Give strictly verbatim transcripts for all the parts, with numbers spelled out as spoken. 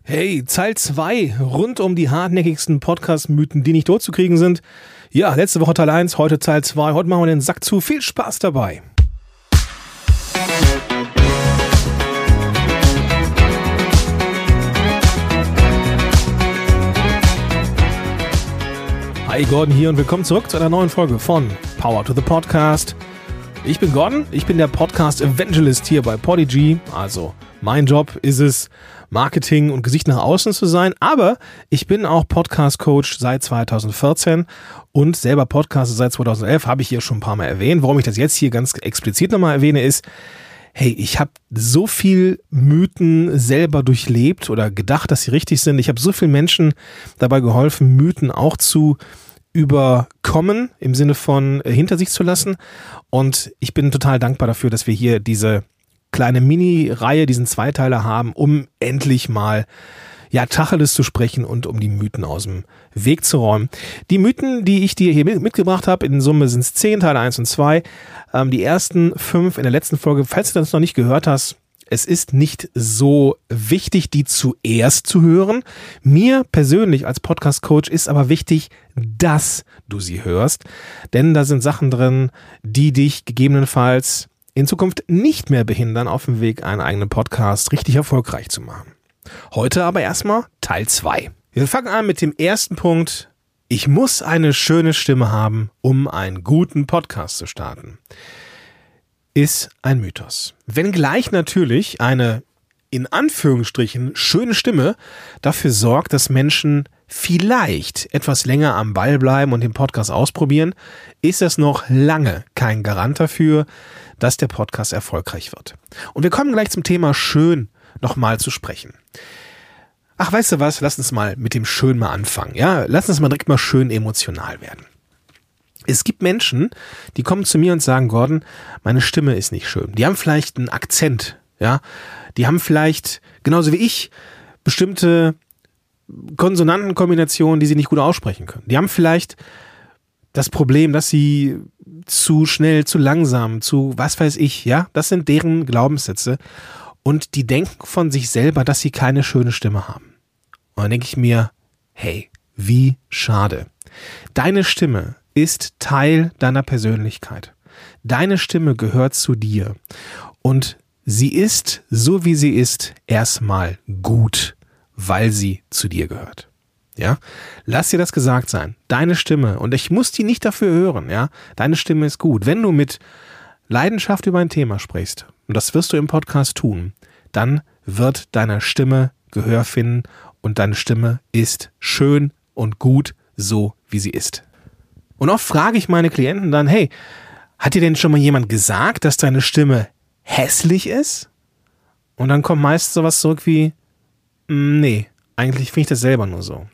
Hey, Teil zwei, rund um die hartnäckigsten Podcast-Mythen, die nicht totzukriegen sind. Ja, letzte Woche Teil eins, heute Teil zwei. Heute machen wir den Sack zu. Viel Spaß dabei. Hi, Gordon hier und willkommen zurück zu einer neuen Folge von Power to the Podcast. Ich bin Gordon, ich bin der Podcast-Evangelist hier bei Podigy. Also mein Job ist es, Marketing und Gesicht nach außen zu sein, aber ich bin auch Podcast-Coach seit zweitausendvierzehn und selber Podcaster seit zweitausendelf, habe ich hier schon ein paar Mal erwähnt. Warum ich das jetzt hier ganz explizit nochmal erwähne ist, hey, ich habe so viel Mythen selber durchlebt oder gedacht, dass sie richtig sind. Ich habe so vielen Menschen dabei geholfen, Mythen auch zu überkommen, im Sinne von äh, hinter sich zu lassen. Und ich bin total dankbar dafür, dass wir hier diese kleine Mini-Reihe, diesen Zweiteiler haben, um endlich mal ja, Tacheles zu sprechen und um die Mythen aus dem Weg zu räumen. Die Mythen, die ich dir hier mitgebracht habe, in Summe sind es zehn, Teile eins und zwei. Ähm, die ersten fünf in der letzten Folge, falls du das noch nicht gehört hast, es ist nicht so wichtig, die zuerst zu hören. Mir persönlich als Podcast-Coach ist aber wichtig, dass du sie hörst, denn da sind Sachen drin, die dich gegebenenfalls in Zukunft nicht mehr behindern, auf dem Weg, einen eigenen Podcast richtig erfolgreich zu machen. Heute aber erstmal Teil zwei. Wir fangen an mit dem ersten Punkt. Ich muss eine schöne Stimme haben, um einen guten Podcast zu starten. Ist ein Mythos. Wenngleich natürlich eine, in Anführungsstrichen, schöne Stimme dafür sorgt, dass Menschen vielleicht etwas länger am Ball bleiben und den Podcast ausprobieren, ist das noch lange kein Garant dafür, dass der Podcast erfolgreich wird. Und wir kommen gleich zum Thema schön nochmal zu sprechen. Ach, weißt du was? Lass uns mal mit dem Schön mal anfangen. Ja, lass uns mal direkt mal schön emotional werden. Es gibt Menschen, die kommen zu mir und sagen, Gordon, meine Stimme ist nicht schön. Die haben vielleicht einen Akzent, ja. Die haben vielleicht, genauso wie ich, bestimmte Konsonantenkombinationen, die sie nicht gut aussprechen können. Die haben vielleicht das Problem, dass sie zu schnell, zu langsam, zu was weiß ich, ja. Das sind deren Glaubenssätze. Und die denken von sich selber, dass sie keine schöne Stimme haben. Und dann denke ich mir, hey, wie schade. Deine Stimme ist Teil deiner Persönlichkeit. Deine Stimme gehört zu dir. Und sie ist, so wie sie ist, erstmal gut, weil sie zu dir gehört. Ja? Lass dir das gesagt sein. Deine Stimme, und ich muss die nicht dafür hören, ja? Deine Stimme ist gut. Wenn du mit Leidenschaft über ein Thema sprichst, und das wirst du im Podcast tun, dann wird deiner Stimme Gehör finden und deine Stimme ist schön und gut, so wie sie ist. Und oft frage ich meine Klienten dann, hey, hat dir denn schon mal jemand gesagt, dass deine Stimme hässlich ist? Und dann kommt meist sowas zurück wie, nee, eigentlich finde ich das selber nur so.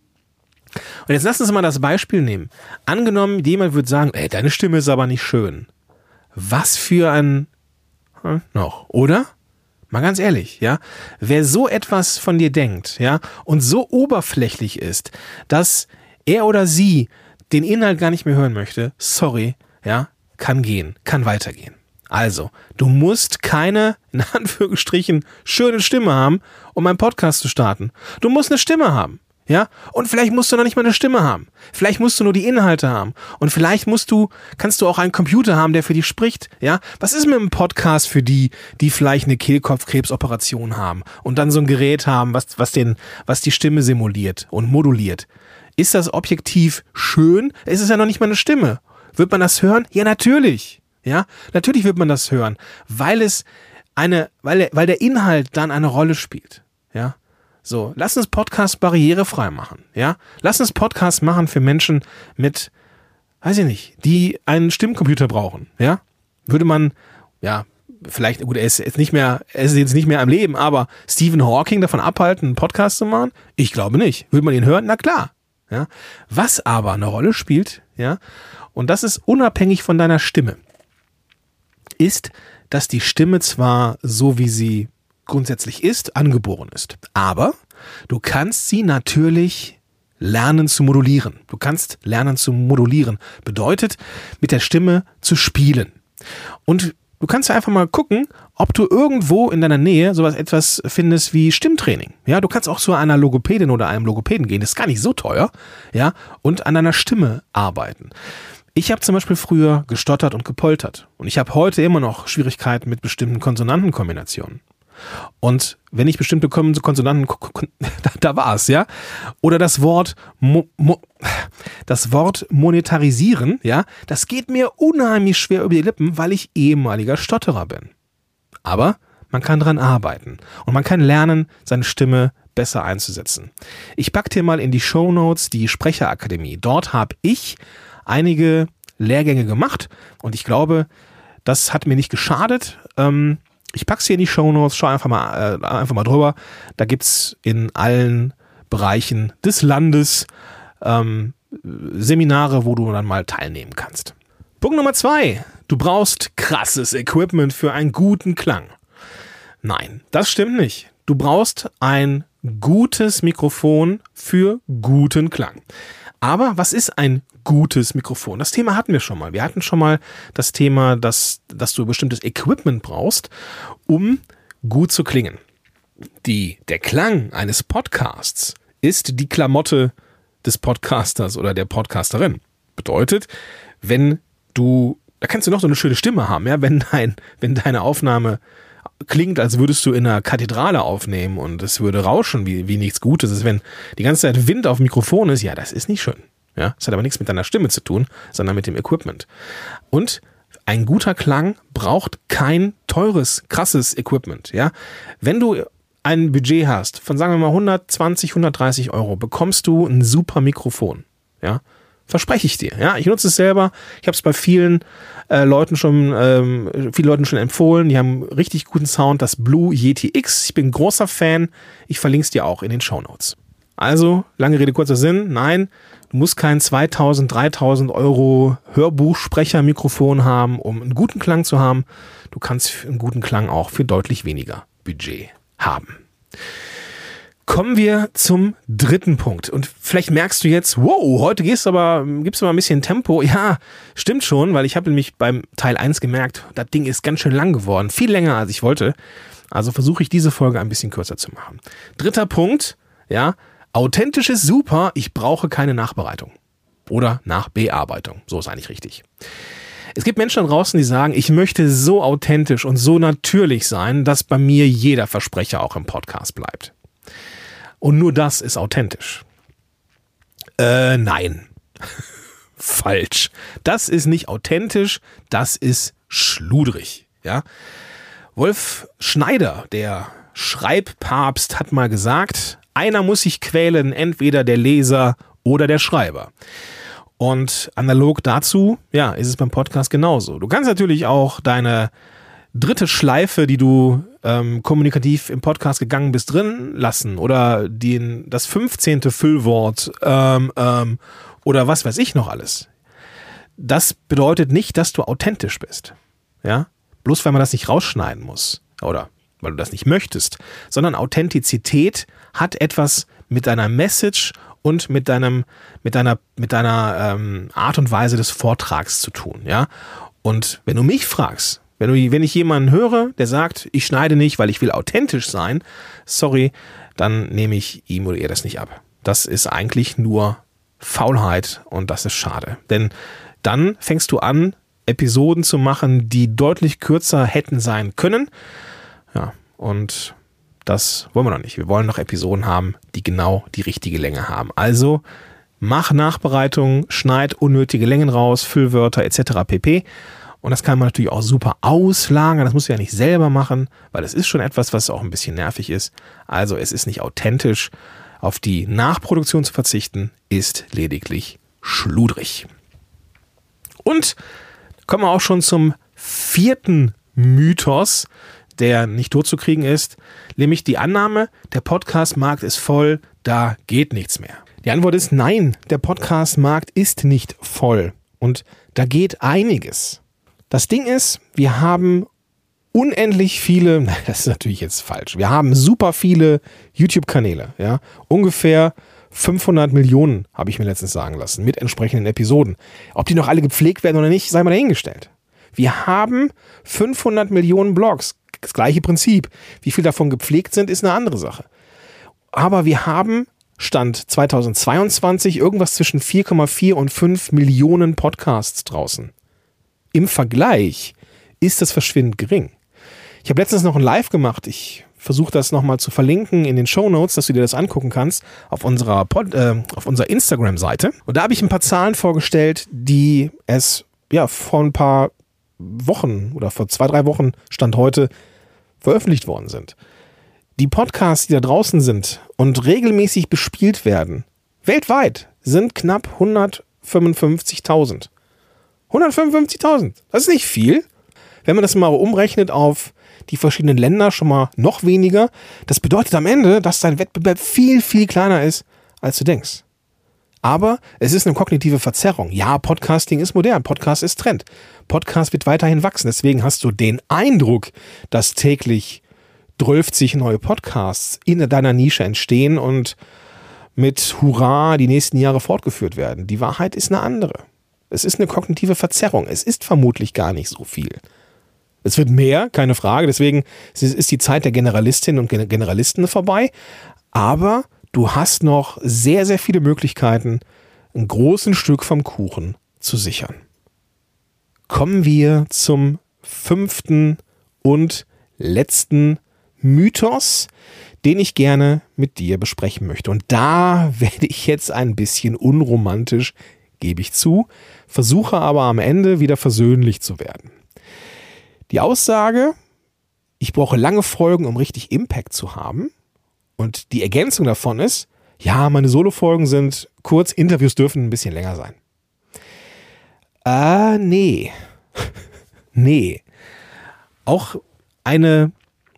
Und jetzt lass uns mal das Beispiel nehmen. Angenommen, jemand würde sagen, ey, deine Stimme ist aber nicht schön. Was für ein hm, noch, oder? Mal ganz ehrlich, ja? Wer so etwas von dir denkt, ja, und so oberflächlich ist, dass er oder sie den Inhalt gar nicht mehr hören möchte, sorry, ja, kann gehen, kann weitergehen. Also, du musst keine, in Anführungsstrichen, schöne Stimme haben, um einen Podcast zu starten. Du musst eine Stimme haben. Ja, und vielleicht musst du noch nicht mal eine Stimme haben. Vielleicht musst du nur die Inhalte haben. Und vielleicht musst du, kannst du auch einen Computer haben, der für dich spricht. Ja, was ist mit einem Podcast für die, die vielleicht eine Kehlkopfkrebsoperation haben und dann so ein Gerät haben, was, was den, was die Stimme simuliert und moduliert? Ist das objektiv schön? Es ist ja noch nicht mal eine Stimme. Wird man das hören? Ja, natürlich. Ja, natürlich wird man das hören, weil es eine, weil, weil der Inhalt dann eine Rolle spielt. Ja. So, lass uns Podcast barrierefrei machen, ja? Lass uns Podcast machen für Menschen mit, weiß ich nicht, die einen Stimmcomputer brauchen, ja? Würde man, ja, vielleicht, gut, er ist jetzt nicht mehr, er ist jetzt nicht mehr am Leben, aber Stephen Hawking davon abhalten, einen Podcast zu machen? Ich glaube nicht. Würde man ihn hören? Na klar, ja? Was aber eine Rolle spielt, ja? Und das ist unabhängig von deiner Stimme, ist, dass die Stimme zwar so, wie sie grundsätzlich ist, angeboren ist. Aber du kannst sie natürlich lernen zu modulieren. Du kannst lernen zu modulieren. Bedeutet, mit der Stimme zu spielen. Und Du kannst ja einfach mal gucken, ob du irgendwo in deiner Nähe sowas etwas findest wie Stimmtraining. Ja, du kannst auch zu einer Logopädin oder einem Logopäden gehen, das ist gar nicht so teuer, ja, und an deiner Stimme arbeiten. Ich habe zum Beispiel früher gestottert und gepoltert und ich habe heute immer noch Schwierigkeiten mit bestimmten Konsonantenkombinationen. Und wenn ich bestimmte Konsonanten, da, da war es, ja, oder das Wort, mo, mo, das Wort monetarisieren, ja, das geht mir unheimlich schwer über die Lippen, weil ich ehemaliger Stotterer bin. Aber man kann dran arbeiten und man kann lernen, seine Stimme besser einzusetzen. Ich packe dir mal in die Shownotes die Sprecherakademie. Dort habe ich einige Lehrgänge gemacht und ich glaube, das hat mir nicht geschadet. Ähm, Ich packe es hier in die Shownotes, schau einfach mal, äh, einfach mal drüber. Da gibt es in allen Bereichen des Landes ähm, Seminare, wo du dann mal teilnehmen kannst. Punkt Nummer zwei. Du brauchst krasses Equipment für einen guten Klang. Nein, das stimmt nicht. Du brauchst ein gutes Mikrofon für guten Klang. Aber was ist ein gutes Mikrofon? Das Thema hatten wir schon mal. Wir hatten schon mal das Thema, dass, dass du bestimmtes Equipment brauchst, um gut zu klingen. Die, der Klang eines Podcasts ist die Klamotte des Podcasters oder der Podcasterin. Bedeutet, wenn du, da kannst du noch so eine schöne Stimme haben, ja, wenn dein, wenn deine Aufnahme klingt, als würdest du in einer Kathedrale aufnehmen und es würde rauschen wie, wie nichts Gutes. Das ist, wenn die ganze Zeit Wind auf dem Mikrofon ist, ja, das ist nicht schön. Ja, das hat aber nichts mit deiner Stimme zu tun, sondern mit dem Equipment. Und ein guter Klang braucht kein teures, krasses Equipment. Ja, wenn du ein Budget hast von, sagen wir mal, hundertzwanzig, hundertdreißig Euro, bekommst du ein super Mikrofon. Ja, verspreche ich dir. Ja, ich nutze es selber. Ich habe es bei vielen äh, Leuten schon, ähm, vielen Leuten schon empfohlen. Die haben richtig guten Sound. Das Blue Yeti X. Ich bin ein großer Fan. Ich verlinke es dir auch in den Shownotes. Also, lange Rede, kurzer Sinn. Nein, du musst kein zweitausend, dreitausend Euro Hörbuchsprechermikrofon haben, um einen guten Klang zu haben. Du kannst einen guten Klang auch für deutlich weniger Budget haben. Kommen wir zum dritten Punkt. Und vielleicht merkst du jetzt, wow, heute gehst du aber, gibst du mal ein bisschen Tempo. Ja, stimmt schon, weil ich habe nämlich beim Teil eins gemerkt, das Ding ist ganz schön lang geworden. Viel länger, als ich wollte. Also versuche ich diese Folge ein bisschen kürzer zu machen. Dritter Punkt, ja, authentisch ist super, ich brauche keine Nachbereitung. Oder Nachbearbeitung. So ist eigentlich richtig. Es gibt Menschen da draußen, die sagen, ich möchte so authentisch und so natürlich sein, dass bei mir jeder Versprecher auch im Podcast bleibt. Und nur das ist authentisch. Äh, nein. Falsch. Das ist nicht authentisch, das ist schludrig. Ja? Wolf Schneider, der Schreibpapst, hat mal gesagt, einer muss sich quälen, entweder der Leser oder der Schreiber. Und analog dazu, ja, ist es beim Podcast genauso. Du kannst natürlich auch deine dritte Schleife, die du ähm, kommunikativ im Podcast gegangen bist, drin lassen oder den, das fünfzehnte Füllwort ähm, ähm, oder was weiß ich noch alles. Das bedeutet nicht, dass du authentisch bist. Ja? Bloß weil man das nicht rausschneiden muss oder weil du das nicht möchtest, sondern Authentizität hat etwas mit deiner Message und mit deinem, mit deiner, mit deiner ähm, Art und Weise des Vortrags zu tun. Ja? Und wenn du mich fragst, Wenn, du, wenn ich jemanden höre, der sagt, ich schneide nicht, weil ich will authentisch sein, sorry, dann nehme ich ihm oder ihr das nicht ab. Das ist eigentlich nur Faulheit und das ist schade. Denn dann fängst du an, Episoden zu machen, die deutlich kürzer hätten sein können. Ja, und das wollen wir noch nicht. Wir wollen noch Episoden haben, die genau die richtige Länge haben. Also mach Nachbereitung, schneid unnötige Längen raus, Füllwörter et cetera pp. Und das kann man natürlich auch super auslagern. Das musst du ja nicht selber machen, weil es ist schon etwas, was auch ein bisschen nervig ist. Also es ist nicht authentisch. Auf die Nachproduktion zu verzichten, ist lediglich schludrig. Und kommen wir auch schon zum vierten Mythos, der nicht totzukriegen ist, nämlich die Annahme, der Podcast-Markt ist voll, da geht nichts mehr. Die Antwort ist nein, der Podcast-Markt ist nicht voll und da geht einiges. Das Ding ist, wir haben unendlich viele, das ist natürlich jetzt falsch, wir haben super viele YouTube-Kanäle, ja, ungefähr fünfhundert Millionen, habe ich mir letztens sagen lassen, mit entsprechenden Episoden. Ob die noch alle gepflegt werden oder nicht, sei mal dahingestellt. Wir haben fünfhundert Millionen Blogs. Das gleiche Prinzip. Wie viel davon gepflegt sind, ist eine andere Sache. Aber wir haben Stand zweitausendzweiundzwanzig irgendwas zwischen vier Komma vier und fünf Millionen Podcasts draußen. Im Vergleich ist das verschwindend gering. Ich habe letztens noch ein Live gemacht. Ich versuche das nochmal zu verlinken in den Shownotes, dass du dir das angucken kannst auf unserer, Pod, äh, auf unserer Instagram-Seite. Und da habe ich ein paar Zahlen vorgestellt, die es ja vor ein paar Wochen oder vor zwei, drei Wochen, Stand heute, veröffentlicht worden sind. Die Podcasts, die da draußen sind und regelmäßig bespielt werden, weltweit, sind knapp hundertfünfundfünfzigtausend. hundertfünfundfünfzigtausend, das ist nicht viel. Wenn man das mal umrechnet auf die verschiedenen Länder, schon mal noch weniger. Das bedeutet am Ende, dass dein Wettbewerb viel, viel kleiner ist, als du denkst. Aber es ist eine kognitive Verzerrung. Ja, Podcasting ist modern, Podcast ist Trend. Podcast wird weiterhin wachsen. Deswegen hast du den Eindruck, dass täglich zwölf neue Podcasts in deiner Nische entstehen und mit Hurra die nächsten Jahre fortgeführt werden. Die Wahrheit ist eine andere. Es ist eine kognitive Verzerrung. Es ist vermutlich gar nicht so viel. Es wird mehr, keine Frage. Deswegen ist die Zeit der Generalistinnen und Generalisten vorbei. Aber du hast noch sehr, sehr viele Möglichkeiten, ein großes Stück vom Kuchen zu sichern. Kommen wir zum fünften und letzten Mythos, den ich gerne mit dir besprechen möchte. Und da werde ich jetzt ein bisschen unromantisch, gebe ich zu, versuche aber am Ende wieder versöhnlich zu werden. Die Aussage, ich brauche lange Folgen, um richtig Impact zu haben. Und die Ergänzung davon ist, ja, meine Solo-Folgen sind kurz, Interviews dürfen ein bisschen länger sein. Ah, nee. nee. Auch eine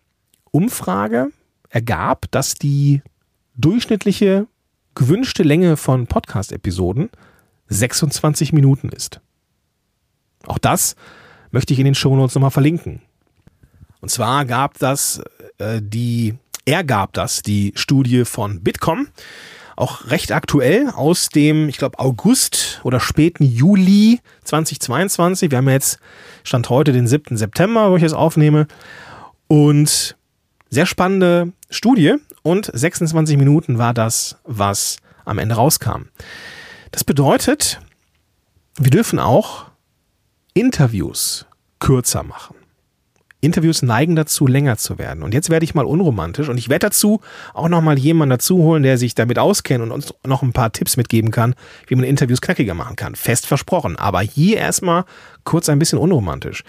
Umfrage ergab, dass die durchschnittliche gewünschte Länge von Podcast-Episoden sechsundzwanzig Minuten ist. Auch das möchte ich in den Shownotes nochmal verlinken. Und zwar gab das äh, die, ergab das die Studie von Bitkom, auch recht aktuell aus dem, ich glaube, August oder späten Juli zweitausendzweiundzwanzig. Wir haben jetzt, Stand heute, den siebten September, wo ich es aufnehme. Und sehr spannende Studie und sechsundzwanzig Minuten war das, was am Ende rauskam. Das bedeutet, wir dürfen auch Interviews kürzer machen. Interviews neigen dazu, länger zu werden. Und jetzt werde ich mal unromantisch und ich werde dazu auch nochmal jemanden dazu holen, der sich damit auskennt und uns noch ein paar Tipps mitgeben kann, wie man Interviews knackiger machen kann. Fest versprochen. Aber hier erstmal kurz ein bisschen unromantisch.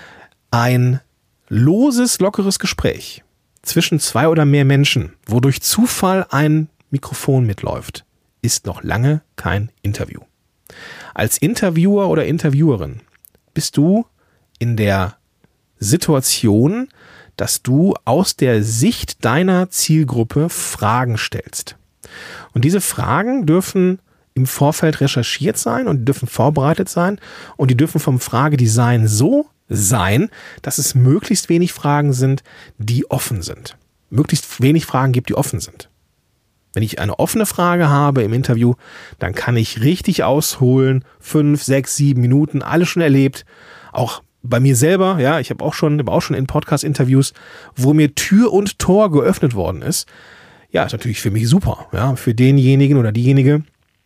Ein loses, lockeres Gespräch zwischen zwei oder mehr Menschen, wo durch Zufall ein Mikrofon mitläuft, ist noch lange kein Interview. Als Interviewer oder Interviewerin bist du in der Situation, dass du aus der Sicht deiner Zielgruppe Fragen stellst. Und diese Fragen dürfen im Vorfeld recherchiert sein und die dürfen vorbereitet sein und die dürfen vom Fragedesign so sein, dass es möglichst wenig Fragen sind, die offen sind. Möglichst wenig Fragen gibt, die offen sind. Wenn ich eine offene Frage habe im Interview, dann kann ich richtig ausholen, fünf, sechs, sieben Minuten, alles schon erlebt. Auch bei mir selber, ja, ich habe auch schon, habe auch schon in Podcast-Interviews, wo mir Tür und Tor geöffnet worden ist. Ja, ist natürlich für mich super. Ja, für denjenigen oder diejenige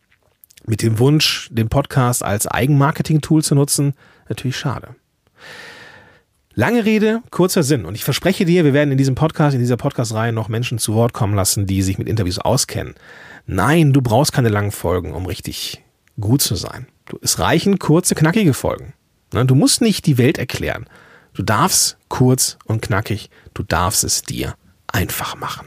mit dem Wunsch, den Podcast als Eigenmarketing-Tool zu nutzen, natürlich schade. Lange Rede, kurzer Sinn. Und ich verspreche dir, wir werden in diesem Podcast, in dieser Podcast-Reihe noch Menschen zu Wort kommen lassen, die sich mit Interviews auskennen. Nein, du brauchst keine langen Folgen, um richtig gut zu sein. Es reichen kurze, knackige Folgen. Du musst nicht die Welt erklären. Du darfst kurz und knackig, du darfst es dir einfach machen.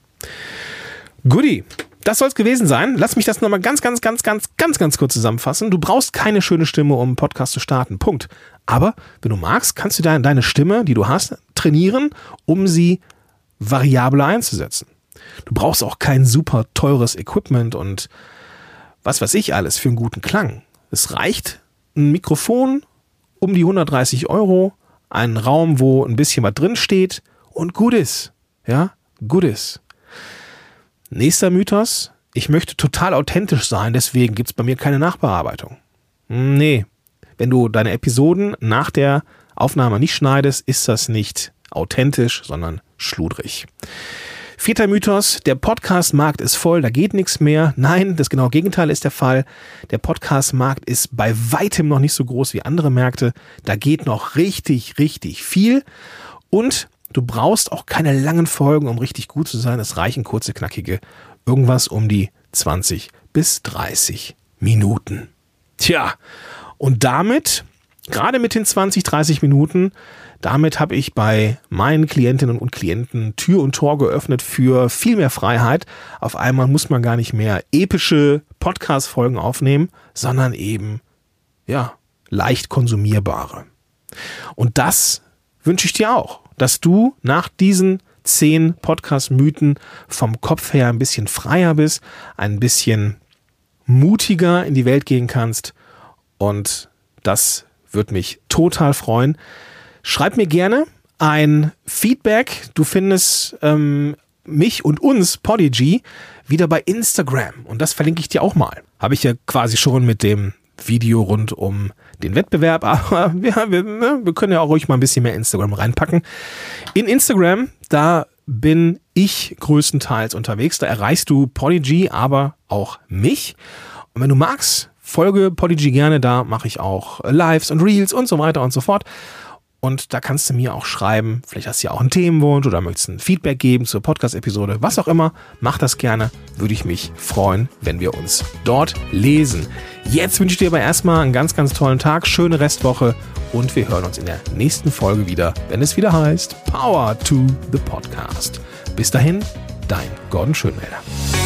Goodie. Das soll es gewesen sein. Lass mich das nochmal ganz, ganz, ganz, ganz, ganz, ganz kurz zusammenfassen. Du brauchst keine schöne Stimme, um einen Podcast zu starten. Punkt. Aber wenn du magst, kannst du deine, deine Stimme, die du hast, trainieren, um sie variabler einzusetzen. Du brauchst auch kein super teures Equipment und was weiß ich alles für einen guten Klang. Es reicht ein Mikrofon um die hundertdreißig Euro, einen Raum, wo ein bisschen was drin steht und gut ist. Ja, gut ist. Nächster Mythos, ich möchte total authentisch sein, deswegen gibt es bei mir keine Nachbearbeitung. Nee, wenn du deine Episoden nach der Aufnahme nicht schneidest, ist das nicht authentisch, sondern schludrig. Vierter Mythos, der Podcast-Markt ist voll, da geht nichts mehr. Nein, das genaue Gegenteil ist der Fall. Der Podcast-Markt ist bei weitem noch nicht so groß wie andere Märkte. Da geht noch richtig, richtig viel. Und du brauchst auch keine langen Folgen, um richtig gut zu sein. Es reichen kurze, knackige, irgendwas um die zwanzig bis dreißig Minuten. Tja, und damit, gerade mit den zwanzig, dreißig Minuten, damit habe ich bei meinen Klientinnen und Klienten Tür und Tor geöffnet für viel mehr Freiheit. Auf einmal muss man gar nicht mehr epische Podcast-Folgen aufnehmen, sondern eben, ja, leicht konsumierbare. Und das wünsche ich dir auch, dass du nach diesen zehn Podcast-Mythen vom Kopf her ein bisschen freier bist, ein bisschen mutiger in die Welt gehen kannst. Und das würde mich total freuen. Schreib mir gerne ein Feedback. Du findest ähm, mich und uns, Podigy, wieder bei Instagram. Und das verlinke ich dir auch mal. Habe ich ja quasi schon mit dem Video rund um den Wettbewerb. Aber ja, wir, ne, wir können ja auch ruhig mal ein bisschen mehr Instagram reinpacken. In Instagram, da bin ich größtenteils unterwegs. Da erreichst du Podigy, aber auch mich. Und wenn du magst, folge Podigy gerne. Da mache ich auch Lives und Reels und so weiter und so fort. Und da kannst du mir auch schreiben, vielleicht hast du ja auch einen Themenwunsch oder möchtest ein Feedback geben zur Podcast-Episode, was auch immer, mach das gerne, würde ich mich freuen, wenn wir uns dort lesen. Jetzt wünsche ich dir aber erstmal einen ganz, ganz tollen Tag, schöne Restwoche und wir hören uns in der nächsten Folge wieder, wenn es wieder heißt Power to the Podcast. Bis dahin, dein Gordon Schönwälder.